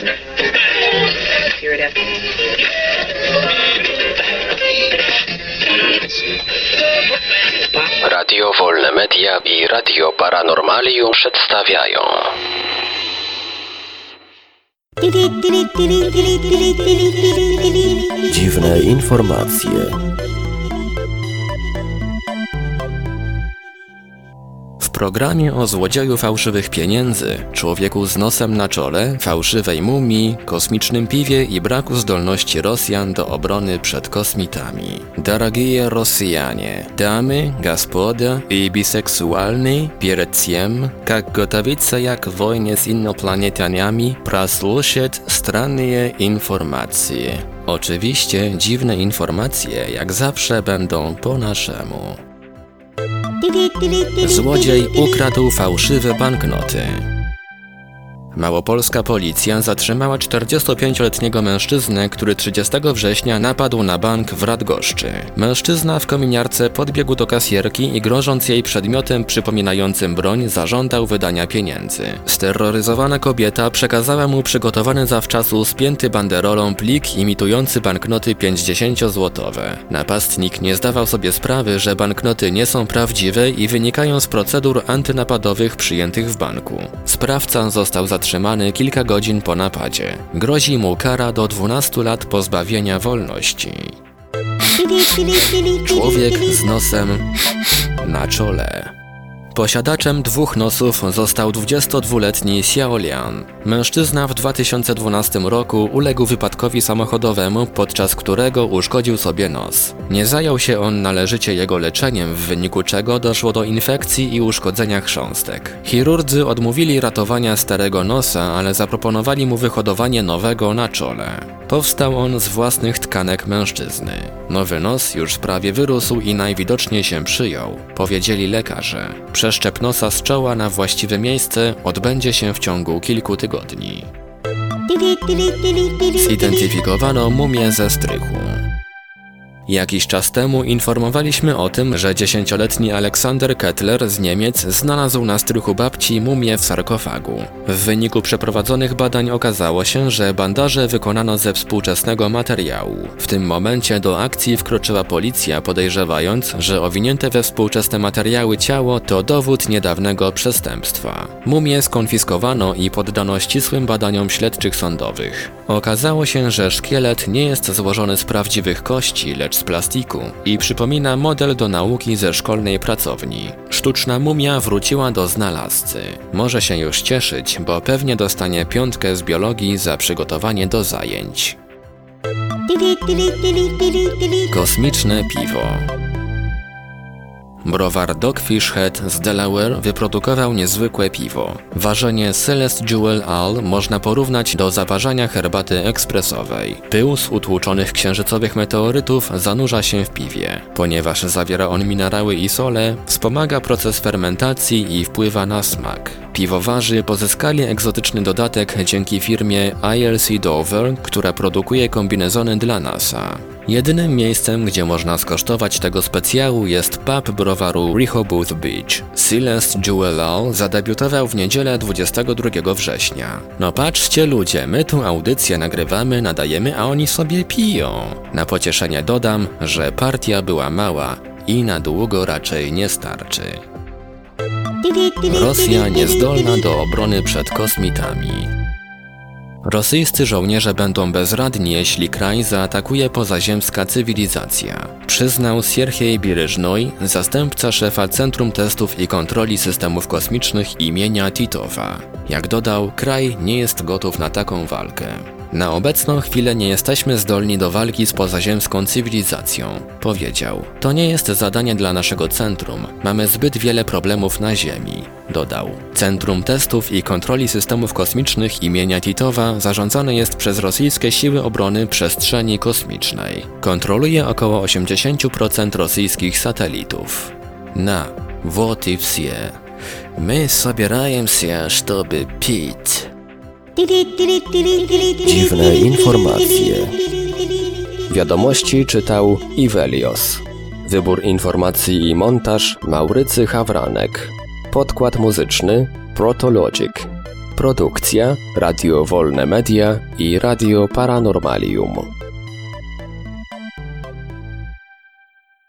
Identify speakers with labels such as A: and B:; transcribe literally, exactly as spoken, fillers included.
A: Radio Wolne Media i Radio Paranormalium przedstawiają
B: Dziwne informacje. W programie o złodzieju fałszywych pieniędzy, człowieku z nosem na czole, fałszywej mumii, kosmicznym piwie i braku zdolności Rosjan do obrony przed kosmitami. Дорогие россияне, дамы, господа и бисексуальные, перед тем, как готовиться jak w wojnie z inoplанетянами, прослушать странные informacje. Oczywiście dziwne informacje jak zawsze będą po naszemu. Złodziej ukradł fałszywe banknoty. Małopolska policja zatrzymała czterdziestopięcioletniego mężczyznę, który trzydziestego września napadł na bank w Radgoszczy. Mężczyzna w kominiarce podbiegł do kasjerki i grożąc jej przedmiotem przypominającym broń, zażądał wydania pieniędzy. Steroryzowana kobieta przekazała mu przygotowany zawczasu spięty banderolą plik imitujący banknoty pięćdziesięciozłotowe. Napastnik nie zdawał sobie sprawy, że banknoty nie są prawdziwe i wynikają z procedur antynapadowych przyjętych w banku. Sprawca został zatrzymany zatrzymany kilka godzin po napadzie. Grozi mu kara do dwunastu lat pozbawienia wolności. Człowiek z nosem na czole. Posiadaczem dwóch nosów został dwudziestodwuletni Xiao Lian. Mężczyzna w dwa tysiące dwunastym roku uległ wypadkowi samochodowemu, podczas którego uszkodził sobie nos. Nie zajął się on należycie jego leczeniem, w wyniku czego doszło do infekcji i uszkodzenia chrząstek. Chirurdzy odmówili ratowania starego nosa, ale zaproponowali mu wyhodowanie nowego na czole. Powstał on z własnych tkanek mężczyzny. Nowy nos już prawie wyrósł i najwidoczniej się przyjął, powiedzieli lekarze. Przeszczep nosa z czoła na właściwe miejsce odbędzie się w ciągu kilku tygodni. Zidentyfikowano mumię ze strychu. Jakiś czas temu informowaliśmy o tym, że dziesięcioletni Aleksander Kettler z Niemiec znalazł na strychu babci mumię w sarkofagu. W wyniku przeprowadzonych badań okazało się, że bandaże wykonano ze współczesnego materiału. W tym momencie do akcji wkroczyła policja, podejrzewając, że owinięte we współczesne materiały ciało to dowód niedawnego przestępstwa. Mumię skonfiskowano i poddano ścisłym badaniom śledczych sądowych. Okazało się, że szkielet nie jest złożony z prawdziwych kości, lecz z plastiku i przypomina model do nauki ze szkolnej pracowni. Sztuczna mumia wróciła do znalazcy. Może się już cieszyć, bo pewnie dostanie piątkę z biologii za przygotowanie do zajęć. Kosmiczne piwo. Browar Dogfish Head z Delaware wyprodukował niezwykłe piwo. Ważenie Celeste Jewel Ale można porównać do zaparzania herbaty ekspresowej. Pył z utłuczonych księżycowych meteorytów zanurza się w piwie. Ponieważ zawiera on minerały i sole, wspomaga proces fermentacji i wpływa na smak. Piwowarzy pozyskali egzotyczny dodatek dzięki firmie I L C Dover, która produkuje kombinezony dla NASA. Jedynym miejscem, gdzie można skosztować tego specjału, jest pub browaru Rehoboth Beach. Celeste Jewel Ale zadebiutował w niedzielę dwudziestego drugiego września. No patrzcie ludzie, my tu audycję nagrywamy, nadajemy, a oni sobie piją. Na pocieszenie dodam, że partia była mała i na długo raczej nie starczy. Rosja niezdolna do obrony przed kosmitami. Rosyjscy żołnierze będą bezradni, jeśli kraj zaatakuje pozaziemska cywilizacja, przyznał Sierhiej Biryżnoj, zastępca szefa Centrum Testów i Kontroli Systemów Kosmicznych imienia Titowa. Jak dodał, kraj nie jest gotów na taką walkę. Na obecną chwilę nie jesteśmy zdolni do walki z pozaziemską cywilizacją, powiedział. To nie jest zadanie dla naszego centrum, mamy zbyt wiele problemów na Ziemi, dodał. Centrum Testów i Kontroli Systemów Kosmicznych imienia Titowa zarządzane jest przez rosyjskie siły obrony przestrzeni kosmicznej. Kontroluje około osiemdziesiąt procent rosyjskich satelitów. Na, вот и все. My собираем się, żeby pić. Dziwne informacje. Wiadomości czytał Ivelios. Wybór informacji i montaż Maurycy Hawranek. Podkład muzyczny Protologic. Produkcja Radio Wolne Media i Radio Paranormalium.